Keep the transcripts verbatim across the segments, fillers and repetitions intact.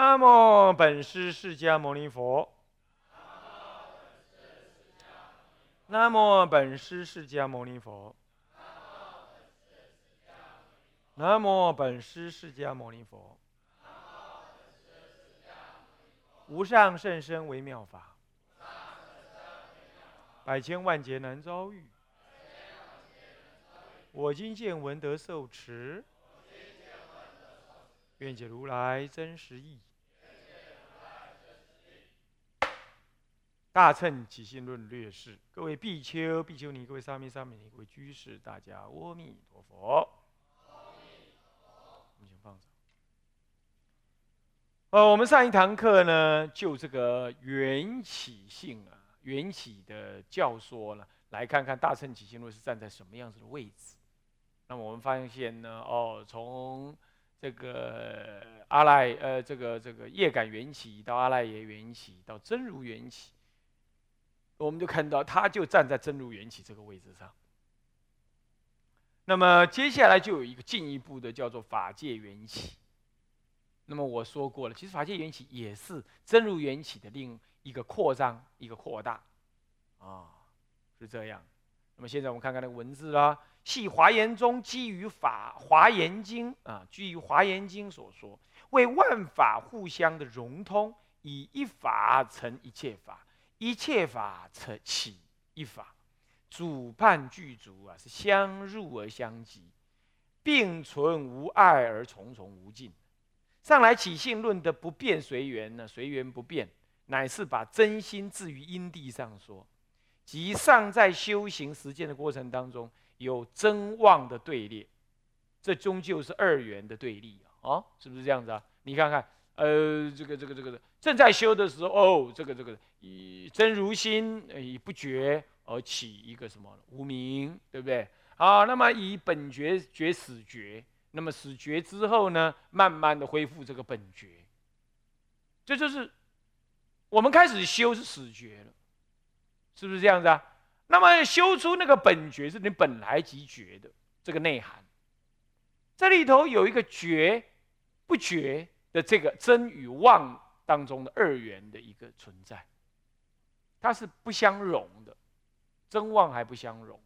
南无本师释迦牟尼佛。南无本师释迦牟尼佛。南无本师释迦牟尼佛。无上甚深微妙法，百千万劫难遭遇。我今见闻得受持，愿解如来真实义。大乘起信论略释，各位比丘、比丘尼，各位沙弥、沙弥尼，各位居士，大家阿弥陀佛。我们先放手。呃，我们上一堂课呢，就这个缘起性啊，缘起的教说呢，来看看大乘起信论是站在什么样子的位置。那么我们发现呢，哦，从这个阿赖呃，这个这个业感缘起到阿赖耶缘起到真如缘起，我们就看到他就站在真如缘起这个位置上。那么接下来就有一个进一步的叫做法界缘起。那么我说过了，其实法界缘起也是真如缘起的另一个扩张，一个扩大，啊，是这样。那么现在我们看看那个文字啦，系华严中基于法华严经啊，基于华严经所说，为万法互相的融通，以一法成一切法，一切法成起一法，主伴具足啊，是相入而相即，并存无碍而重重无尽。上来起信论的不变随缘呢，随缘不变，乃是把真心置于因地上说，即尚在修行实践的过程当中，有真妄的对立，这终究是二元的对立啊，哦，是不是这样子啊？你看看，呃，这个这个这个正在修的时候，哦，这个这个以真如心以不觉而起一个什么无明，对不对？好，那么以本觉觉死觉。那么死觉之后呢，慢慢的恢复这个本觉，这就是我们开始修是死觉了，是不是这样子啊？那么修出那个本觉是你本来即觉的这个内涵，这里头有一个觉不觉的这个真与妄当中的二元的一个存在，它是不相容的，真妄还不相容，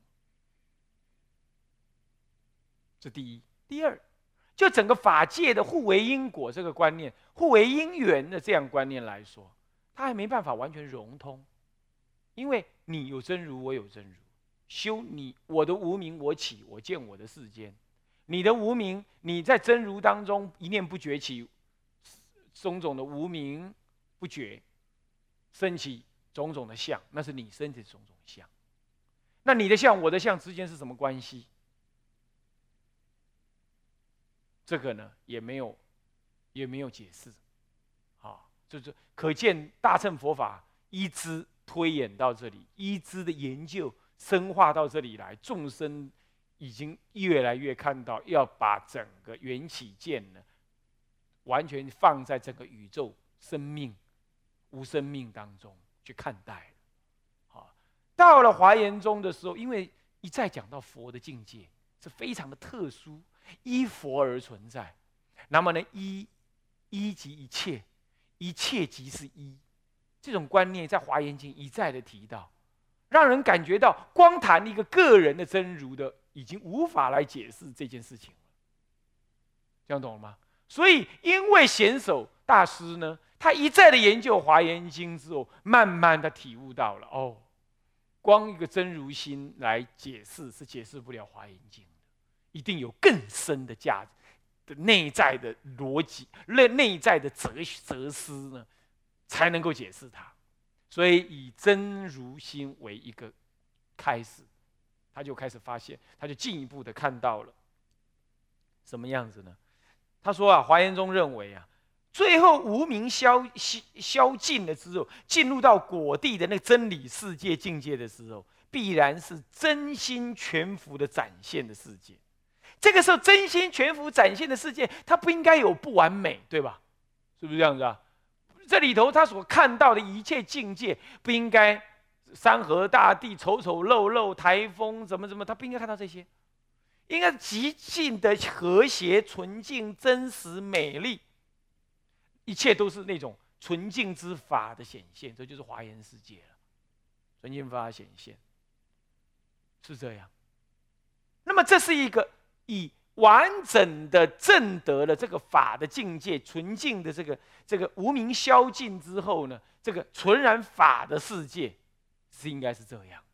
这第一。第二，就整个法界的互为因果这个观念，互为因缘的这样观念来说，它还没办法完全融通，因为你有真如，我有真如，修你我的无明我起，我见我的世间，你的无明，你在真如当中一念不觉起种种的无明不觉，升起种种的相，那是你身体的种种相，那你的相我的相之间是什么关系？这个呢也没有，也没有解释，啊，就是可见大乘佛法依支推演到这里，依支的研究深化到这里来，众生已经越来越看到要把整个缘起见呢，完全放在整个宇宙生命无生命当中去看待了，啊，到了华严中的时候，因为一再讲到佛的境界是非常的特殊。依佛而存在，那么呢，一一即一切，一切即是一，这种观念在《华严经》一再的提到，让人感觉到光谈一个个人的真如的，已经无法来解释这件事情了。这样懂了吗？所以，因为显首大师呢，他一再的研究《华严经》之后，慢慢的体悟到了，哦，光一个真如心来解释是解释不了《华严经》。一定有更深的价值的内在的逻辑、内内在的哲哲思呢，才能够解释它。所以以真如心为一个开始，他就开始发现，他就进一步的看到了什么样子呢？他说啊，华严中认为啊，最后无明消消尽了之后，进入到果地的那个真理世界境界的时候，必然是真心全服的展现的世界。这个时候真心全服展现的世界，它不应该有不完美，对吧？是不是这样子啊？这里头他所看到的一切境界，不应该山河大地丑丑陋陋、台风怎么怎么，他不应该看到这些，应该极尽的和谐、纯净、真实、美丽， 一切都是那种纯净之法的显现，这就是华严世界了。纯净法显现是这样。那么这是一个以完整的证得了这个法的境界，纯净的这个这个无明消尽之后呢，这个纯然法的世界是应该是这样，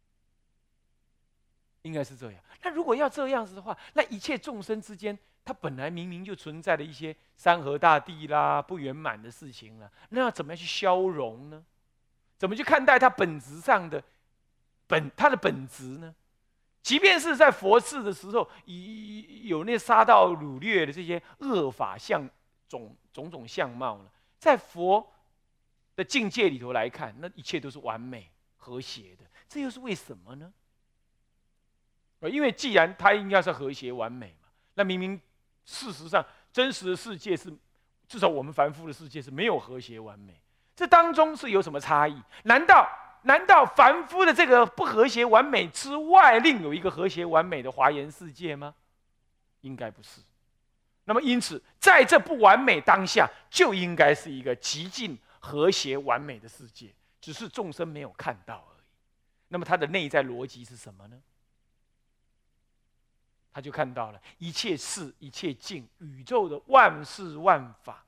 应该是这样。那如果要这样子的话，那一切众生之间，它本来明明就存在了一些山河大地啦、不圆满的事情了，那要怎么样去消融呢？怎么去看待它本质上的本它的本质呢？即便是在佛世的时候，有那杀盗掳掠的这些恶法相种种种相貌呢，在佛的境界里头来看，那一切都是完美和谐的。这又是为什么呢？因为既然它应该是和谐完美嘛，那明明事实上真实的世界是，至少我们凡夫的世界是没有和谐完美。这当中是有什么差异？难道？难道凡夫的这个不和谐完美之外，另有一个和谐完美的华严世界吗？应该不是。那么因此，在这不完美当下，就应该是一个极尽和谐完美的世界，只是众生没有看到而已。那么它的内在逻辑是什么呢？他就看到了一切事、一切境，宇宙的万事万法，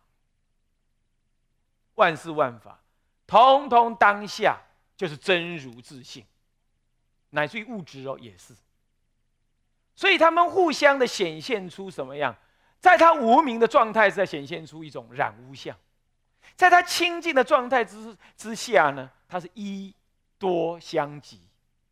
万事万法，通通当下就是真如自性，乃至于物质哦也是。所以他们互相的显现出什么样？在他无明的状态下显现出一种染污相，在他清净的状态 之, 之下呢，它是一多相即。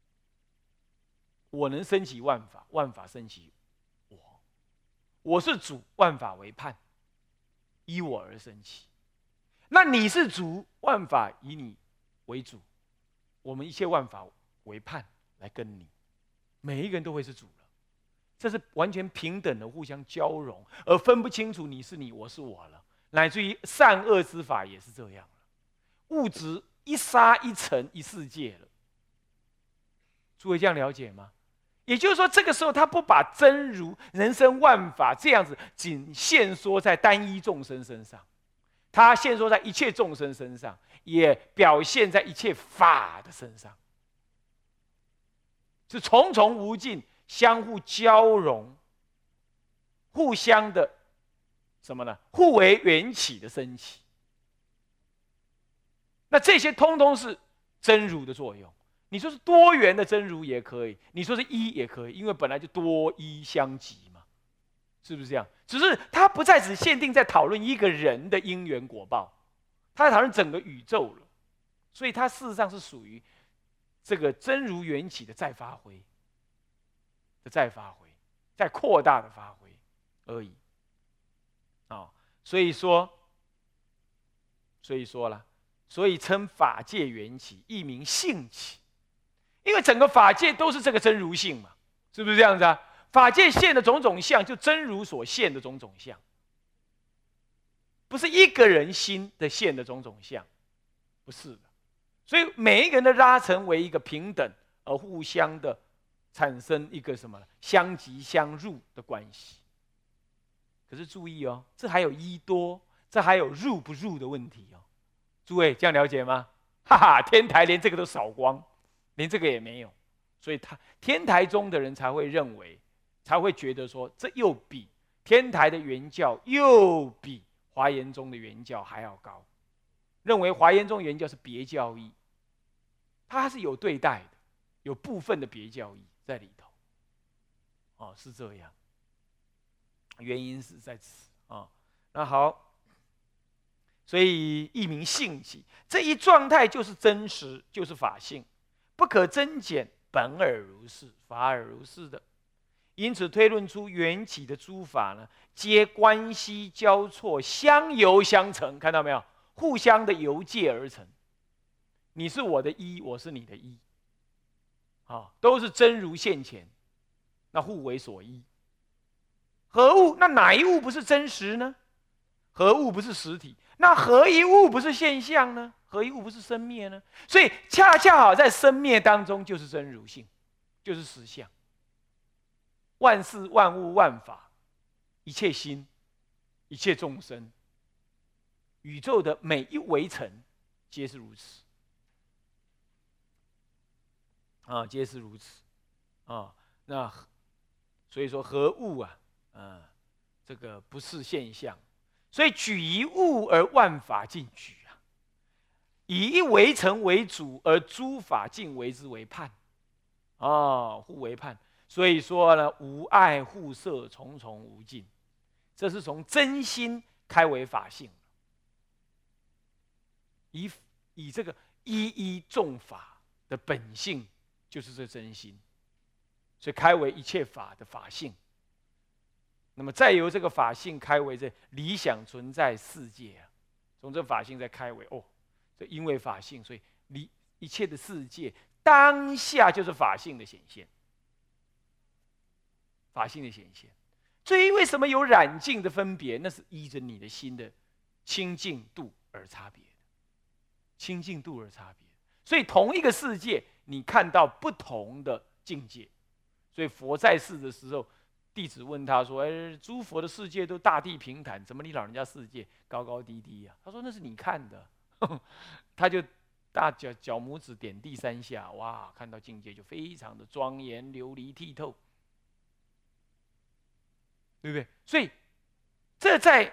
我能升起万法，万法升起我，我是主，万法为伴，依我而升起。那你是主，万法以你为主，我们一切万法为伴来跟你，每一个人都会是主了。这是完全平等的互相交融，而分不清楚你是你，我是我了。乃至于善恶之法也是这样了，物质一沙一尘一世界了。诸位这样了解吗？也就是说，这个时候他不把真如、人生万法这样子仅限缩在单一众生身上，他限缩在一切众生身上，也表现在一切法的身上，是重重无尽、相互交融、互相的什么呢？互为缘起的升起。那这些通通是真如的作用。你说是多元的真如也可以，你说是一也可以，因为本来就多一相即嘛，是不是这样？只是它不再只限定在讨论一个人的因缘果报，它在讨论整个宇宙了，所以它事实上是属于这个真如缘起的再发挥，的再发挥，再扩大的发挥而已。啊、哦，所以说，所以说了，所以称法界缘起，亦名性起。因为整个法界都是这个真如性嘛，是不是这样子啊？法界现的种种相，就真如所现的种种相，不是一个人心的现的种种相，不是的。所以每一个人都拉成为一个平等而互相的产生一个什么相即相入的关系。可是注意哦，这还有一多，这还有入不入的问题哦。诸位这样了解吗？哈哈，天台连这个都扫光。连这个也没有，所以他天台宗的人才会认为，才会觉得说，这又比天台的原教又比华严宗的原教还要高，认为华严宗原教是别教义，它是有对待的，有部分的别教义在里头。哦，是这样，原因是在此啊、哦。那好，所以一名性起，这一状态就是真实，就是法性。不可增减，本尔如是，法尔如是的。因此推论出缘起的诸法呢，皆关系交错，相由相成。看到没有？互相的由界而成。你是我的一，我是你的一，啊，都是真如现前，那互为所依。何物？那哪一物不是真实呢？何物不是实体？那何一物不是现象呢？何一物不是生灭呢？所以恰恰好在生灭当中，就是真如性，就是实相。万事万物万法，一切心，一切众生， 宇宙的每一微尘皆是如此啊，皆是如此啊。那所以说何物啊？啊，这个不是现象，所以举一物而万法尽举啊，以一微尘为主，而诸法尽为之为判啊，互为判。所以说呢，无碍互摄，重重无尽。这是从真心开为法性，以以这个一一众法的本性就是这真心，所以开为一切法的法性。那么再由这个法性开为这理想存在世界啊，从这法性再开为哦，这因为法性，所以理一切的世界当下就是法性的显现。法性的显现，至于为什么有染净的分别，那是依着你的心的清净度而差别，清净度而差别。所以同一个世界，你看到不同的境界。所以佛在世的时候，弟子问他说：“哎，诸佛的世界都大地平坦，怎么你老人家世界高高低低呀、啊？”他说：“那是你看的。”他就大脚脚拇指点地三下，哇，看到境界就非常的庄严、琉璃剔透。对不对？所以，这在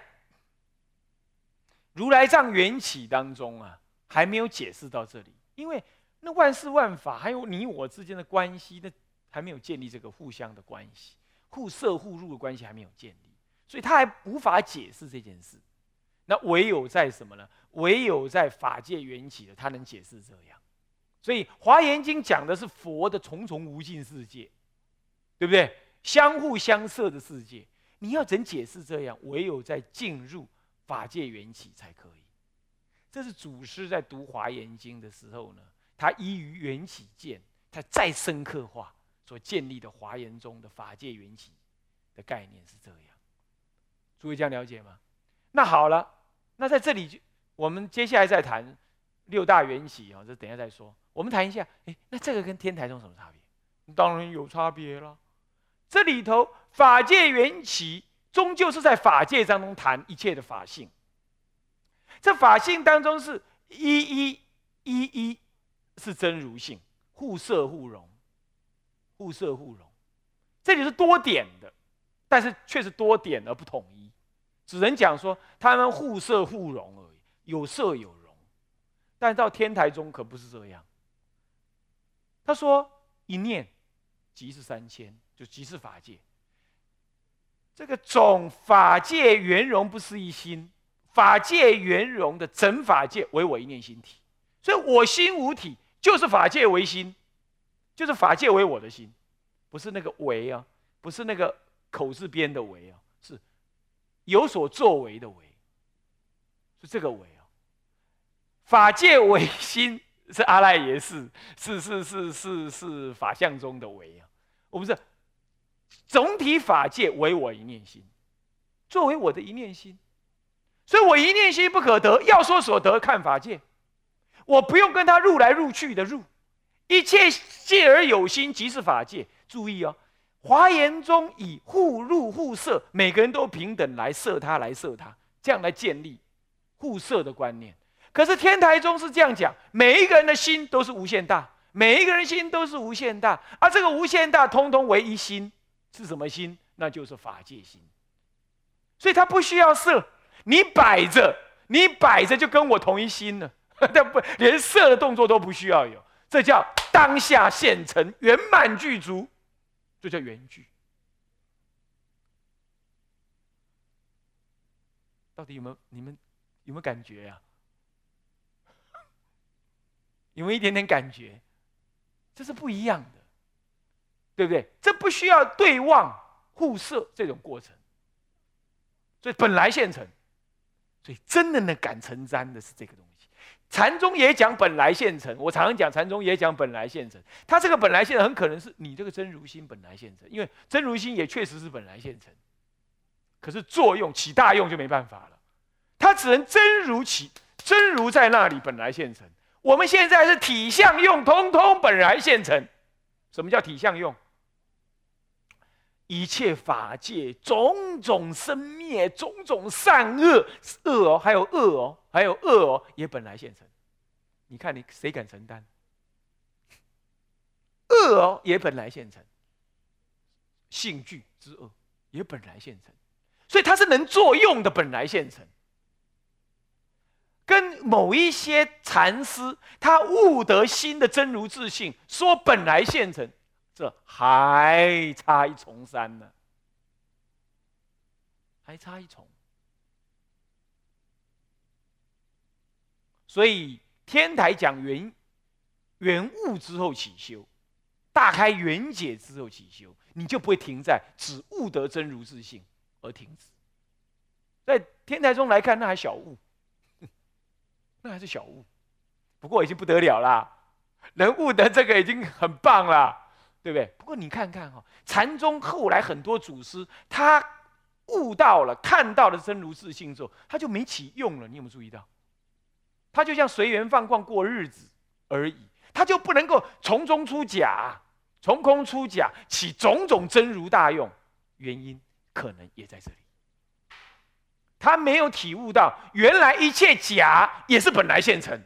如来藏缘起当中啊，还没有解释到这里，因为那万事万法还有你我之间的关系，那还没有建立这个互相的关系，互摄互入的关系还没有建立，所以他还无法解释这件事。那唯有在什么呢？唯有在法界缘起的，他能解释这样。所以《华严经》讲的是佛的重重无尽世界，对不对？相互相摄的世界。你要怎解释这样？唯有在进入法界缘起才可以。这是祖师在读《华严经》的时候呢，他依于缘起见，他再深刻化所建立的华严中的法界缘起的概念是这样。诸位这样了解吗？那好了，那在这里就我们接下来再谈六大缘起啊，这等一下再说。我们谈一下，哎，那这个跟天台宗什么差别？当然有差别了。这里头法界缘起，终究是在法界当中谈一切的法性。这法性当中是一一一一是真如性，互摄互融，互摄互融。这里是多点的，但是却是多点而不统一，只能讲说他们互摄互融而已，有摄有融。但到天台宗可不是这样。他说一念即是三千。就即是法界，这个总法界圆融不是一心，法界圆融的整法界为我一念心体，所以我心无体，就是法界为心，就是法界为我的心，不是那个为啊，不是那个口字边的为啊，是有所作为的为，是这个为啊。法界为心是阿赖耶识，是是是是是法相中的为啊，我不是。总体法界为我一念心，作为我的一念心，所以我一念心不可得。要说所得，看法界，我不用跟他入来入去的入，一切界而有心，即是法界。注意哦，华严中以互入互摄，每个人都平等来摄他，来摄他，这样来建立互摄的观念。可是天台宗是这样讲，每一个人的心都是无限大，每一个人心都是无限大，而这个无限大通通为一心。是什么心？那就是法界心。所以他不需要摄，你摆着，你摆着就跟我同一心了，但不连摄的动作都不需要有，这叫当下现成，圆满具足，这叫圆具。到底有没有你们有没有感觉呀、啊？有没有一点点感觉？这是不一样的。对不对？这不需要对望互摄这种过程，所以本来现成，所以真的能敢成瞻的是这个东西。禅宗也讲本来现成，我常常讲禅宗也讲本来现成。它这个本来现成很可能是你这个真如心本来现成，因为真如心也确实是本来现成，可是作用起大用就没办法了，它只能真如起，真如在那里本来现成。我们现在是体相用，通通本来现成。什么叫体相用？ 一切法界种种生灭，种种善恶，恶哦，还有恶哦，还有恶哦，也本来现成。你看你谁敢承担？恶哦，也本来现成。性具之恶也本来现成，所以它是能作用的，本来现成。跟某一些禅师他悟得新的真如自性，说本来现成，这还差一重山呢，还差一重。所以天台讲圆圆悟之后起修，大开圆解之后起修，你就不会停在只悟得真如自性而停止。在天台中来看，那还小悟，那还是小悟，不过已经不得了啦，能悟得这个已经很棒了，对不对？不过你看看哈、哦，禅宗后来很多祖师，他悟到了、看到了真如自性之后，他就没起用了。你有没有注意到？他就像随缘放旷过日子而已，他就不能够从中出假，从空出假，起种种真如大用。原因可能也在这里。他没有体悟到，原来一切假也是本来现成，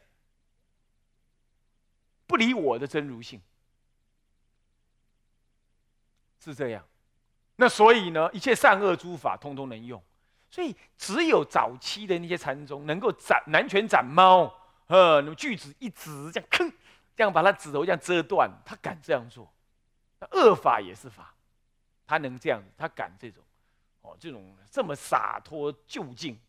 不离我的真如性，是这样。那所以呢，一切善恶诸法通通能用。所以只有早期的那些禅宗能够斩南拳斩猫，呃，那么锯子一指这样，吭，这样把他指头这样遮断，他敢这样做。恶法也是法，他能这样子，他敢这种。哦，这种这么洒脱就近，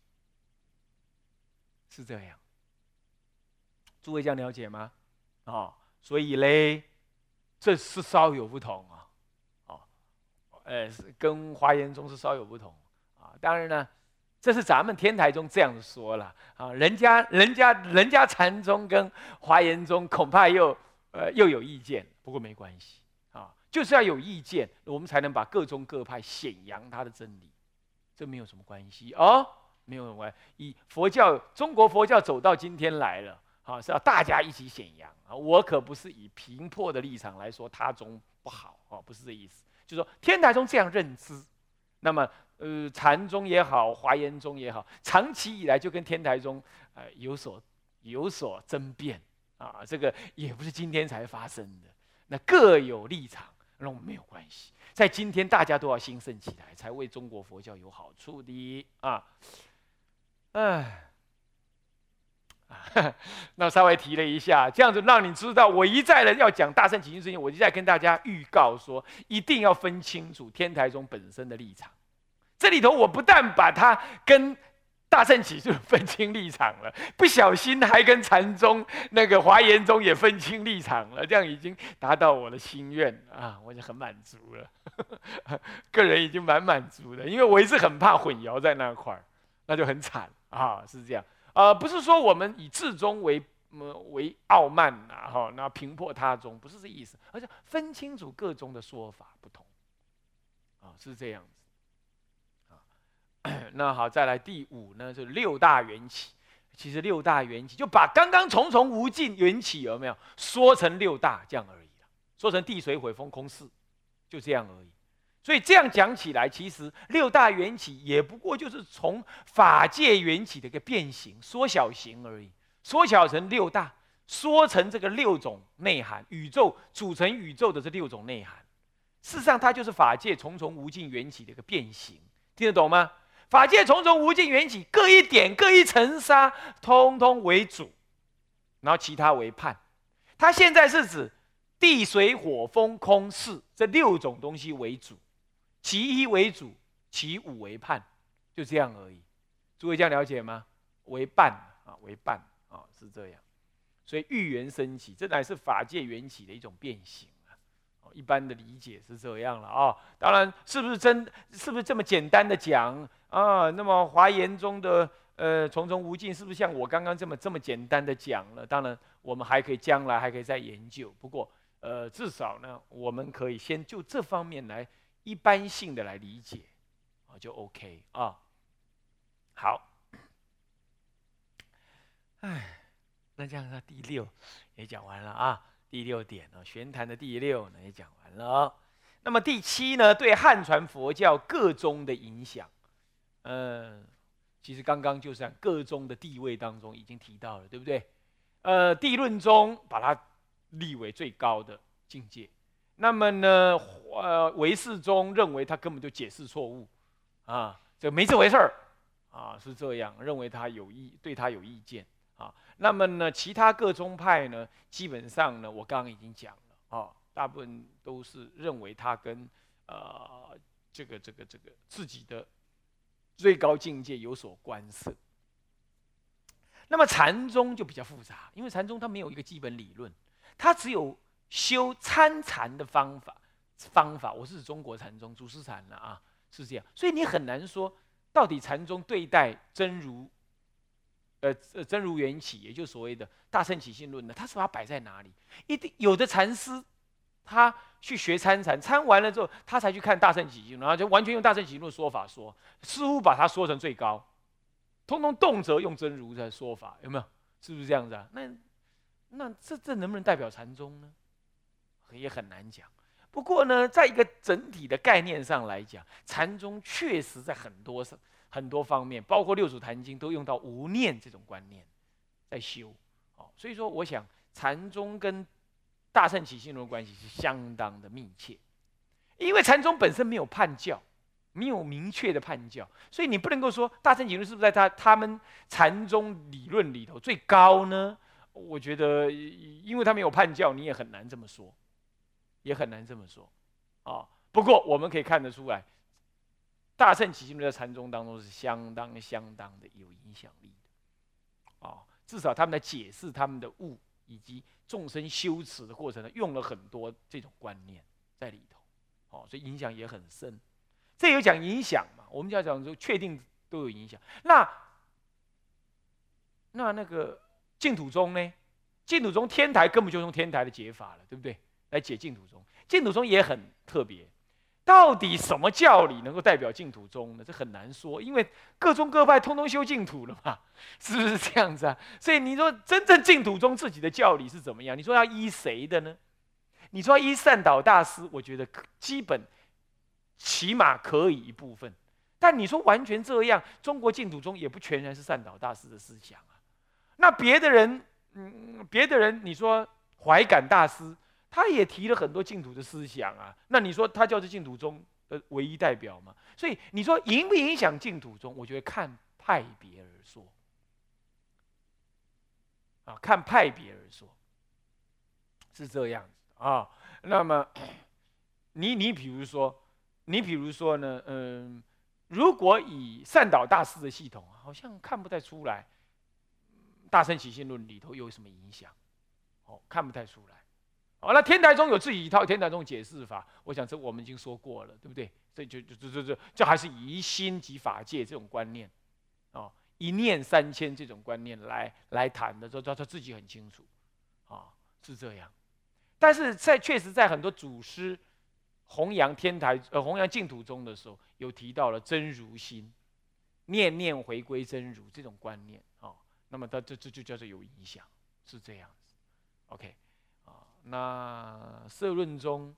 是这样。诸位这样了解吗？啊、哦，所以嘞，这是稍有不同啊，哦，呃，跟华严宗是稍有不同啊。当然呢，这是咱们天台宗这样说了啊，人家人家人家禅宗跟华严宗恐怕又呃又有意见，不过没关系啊，就是要有意见，我们才能把各宗各派显扬他的真理。这没有什么关系哦，没有什么关系。以佛教，中国佛教走到今天来了，啊，是要大家一起显扬啊。我可不是以平破的立场来说他宗不好哦，不是这意思。就是说天台宗这样认知，那么呃禅宗也好，华严宗也好，长期以来就跟天台宗呃有所有所争辩啊，这个也不是今天才发生的，那各有立场，那我们没有关系。在今天，大家都要兴盛起来，才为中国佛教有好处的啊！哎，那稍微提了一下，这样子让你知道，我一再的要讲大乘起信之前，我一再跟大家预告说，一定要分清楚天台宗本身的立场。这里头，我不但把它跟大乘起信分清立场了，不小心还跟禅宗、那个华严宗也分清立场了，这样已经达到我的心愿啊，我就很满足了。个人已经蛮满足的，因为我一直很怕混淆在那块儿，那就很惨啊，是这样。呃，不是说我们以自宗为、呃、为傲慢呐、啊，哈，那平破他宗，不是这意思，而是分清楚各宗的说法不同，啊，是这样子。那好，再来第五呢，就是六大缘起。其实六大缘起就把刚刚重重无尽缘起有没有说成六大这样而已了，说成地水火风空四，就这样而已。所以这样讲起来，其实六大缘起也不过就是从法界缘起的一个变形、缩小型而已，缩小成六大，说成这个六种内涵，宇宙组成宇宙的这六种内涵。事实上，它就是法界重重无尽缘起的一个变形，听得懂吗？法界重重无尽缘起，各一点各一尘沙，通通为主，然后其他为判。它现在是指地水火风空四这六种东西为主，其一为主，其五为判，就这样而已。诸位这样了解吗？为伴啊，为伴啊，是这样。所以欲缘升起，这乃是法界缘起的一种变形。一般的理解是这样了啊、哦，当然是不是真，是不是这么简单的讲啊？那么华严中的呃重重无尽，是不是像我刚刚这么这么简单的讲了？当然，我们还可以将来还可以再研究。不过呃，至少呢，我们可以先就这方面来一般性的来理解啊，就 OK 啊。好，哎，那这样呢，第六也讲完了啊。第六点呢，玄坛的第六呢也讲完了、哦。 那么第七呢，对汉传佛教各宗的影响，嗯，其实刚刚就在各宗的地位当中已经提到了，对不对？呃，地论宗把它立为最高的境界，那么呢，呃，唯识宗认为他根本就解释错误，啊，这没这回事儿，啊，是这样，认为他有意对他有意见，啊，那么呢，其他各宗派呢，基本上呢，我刚刚已经讲了，啊，大部分都是认为他跟呃这个这个这个自己的最高境界有所关涉。那么禅宗就比较复杂，因为禅宗它没有一个基本理论，它只有修参禅的方法。方法，我是指中国禅宗、祖师禅了啊，是这样。所以你很难说，到底禅宗对待真如，呃呃真如缘起，也就是所谓的大乘起信论呢，它是把它摆在哪里？一定有的禅师，他去学参禅，参完了之后，他才去看大乘起信论，然后就完全用大乘起信论说法说，似乎把它说成最高。通通动辄用真如的说法，有没有？是不是这样子啊？那那这这能不能代表禅宗呢？也很难讲。不过呢，在一个整体的概念上来讲，禅宗确实在很多很多方面，包括六祖坛经，都用到无念这种观念在修。哦，所以说，我想禅宗跟大乘起信论的关系是相当的密切，因为禅宗本身没有判教。没有明确的判教，所以你不能够说大乘起论是不是在他他们禅宗理论里头最高呢？我觉得，因为他没有判教，你也很难这么说，也很难这么说，啊。不过我们可以看得出来，大乘起信论在禅宗当中是相当相当的有影响力的，啊，至少他们在解释他们的悟以及众生修持的过程呢，用了很多这种观念在里头，哦，所以影响也很深。这有讲影响嘛？我们就要讲说，确定都有影响。那那那个净土宗呢？净土宗天台根本就用天台的解法了，对不对？来解净土宗。净土宗也很特别，到底什么教理能够代表净土宗呢？这很难说，因为各宗各派通通修净土了嘛，是不是这样子啊？所以你说真正净土宗自己的教理是怎么样？你说要依谁的呢？你说依善导大师，我觉得基本。起码可以一部分，但你说完全这样，中国净土宗也不全然是善导大师的思想啊。那别的人，嗯，别的人，你说怀感大师，他也提了很多净土的思想啊。那你说他就是净土宗的唯一代表吗？所以你说影不影响净土宗，我觉得看派别而说，啊，看派别而说，是这样子啊。那么你你比如说。你比如说呢，嗯，如果以善导大师的系统，好像看不太出来，大乘起信论里头有什么影响，哦，看不太出来。哦，那天台宗有自己一套天台宗解释法，我想这我们已经说过了，对不对？这就就就就就这还是以心即法界这种观念，哦，一念三千这种观念来来谈的，说他他自己很清楚，啊、哦，是这样。但是在确实在很多祖师。弘扬天台呃弘扬净土宗的时候，有提到了真如心，念念回归真如这种观念啊、哦，那么它这这就叫做有影响，是这样子。OK 啊、哦，那社论中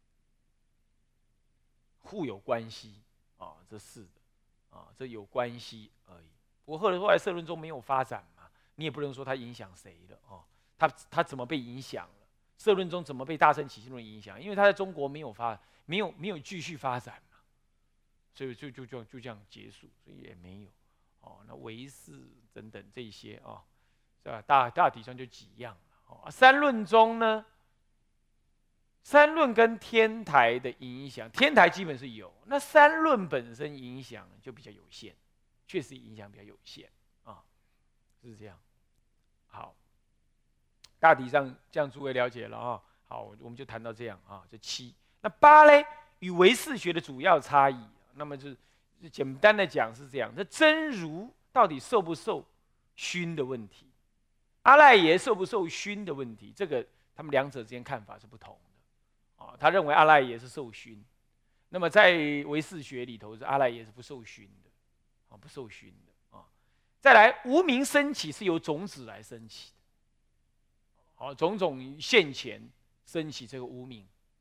互有关系啊、哦，这是的啊、哦，这有关系而已。不过后来后来社论中没有发展嘛，你也不能说它影响谁了哦，它它怎么被影响了？社论中怎么被大乘起信论影响？因为他在中国没有发，没有没有继续发展嘛，所以就就就就这样结束，所以也没有哦。那唯识等等这些啊、哦，是吧？大大体上就几样哦。三论中呢，三论跟天台的影响，天台基本是有，那三论本身影响就比较有限，确实影响比较有限啊，是这样。好。大体上这样诸位了解了啊，好，我们就谈到这样啊，这七。那八呢，与唯识学的主要差异，那么就是简单的讲是这样：这真如到底受不受熏的问题，阿赖耶受不受熏的问题，这个他们两者之间看法是不同的啊。他认为阿赖耶是受熏，那么在唯识学里头是阿赖耶是不受熏的啊，不受熏的啊。再来，无明升起是由种子来升起的。好，种种现前升起这个无明，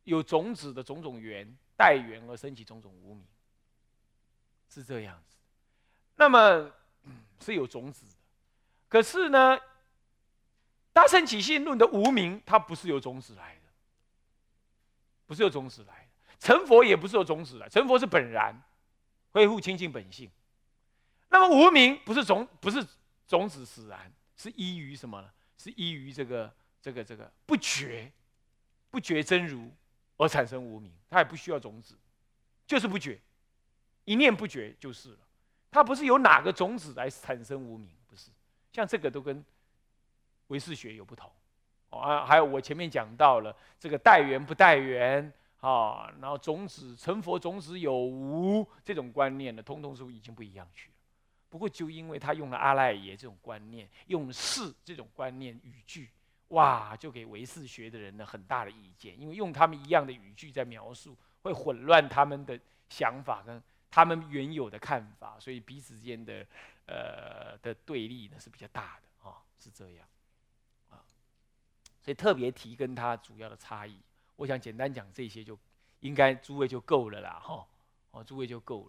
有种子的种种缘带缘而生起种种无明，是这样子。那么是有种子的，可是呢，大乘起信论的无明，它不是由种子来的，不是由种子来的。成佛也不是由种子来，成佛是本然，恢复清净本性。那么无明不是种，不是种子使然，是依于什么呢？是依于这个这个这个不觉，不觉真如而产生无明，它也不需要种子，就是不觉，一念不觉就是了。它不是由哪个种子来产生无明，不是。像这个都跟唯识学有不同。啊，还有我前面讲到了这个带缘不带缘啊，然后种子成佛种子有无这种观念呢，通通是已经不一样去了。不过就因为他用了阿赖耶这种观念，用了是这种观念语句，哇，就给唯识学的人呢很大的意见，因为用他们一样的语句在描述，会混乱他们的想法跟他们原有的看法，所以彼此间的呃的对立呢是比较大的啊，是这样啊，所以特别提跟他主要的差异，我想简单讲这些就应该诸位就够了啦哈，哦，诸位就够了。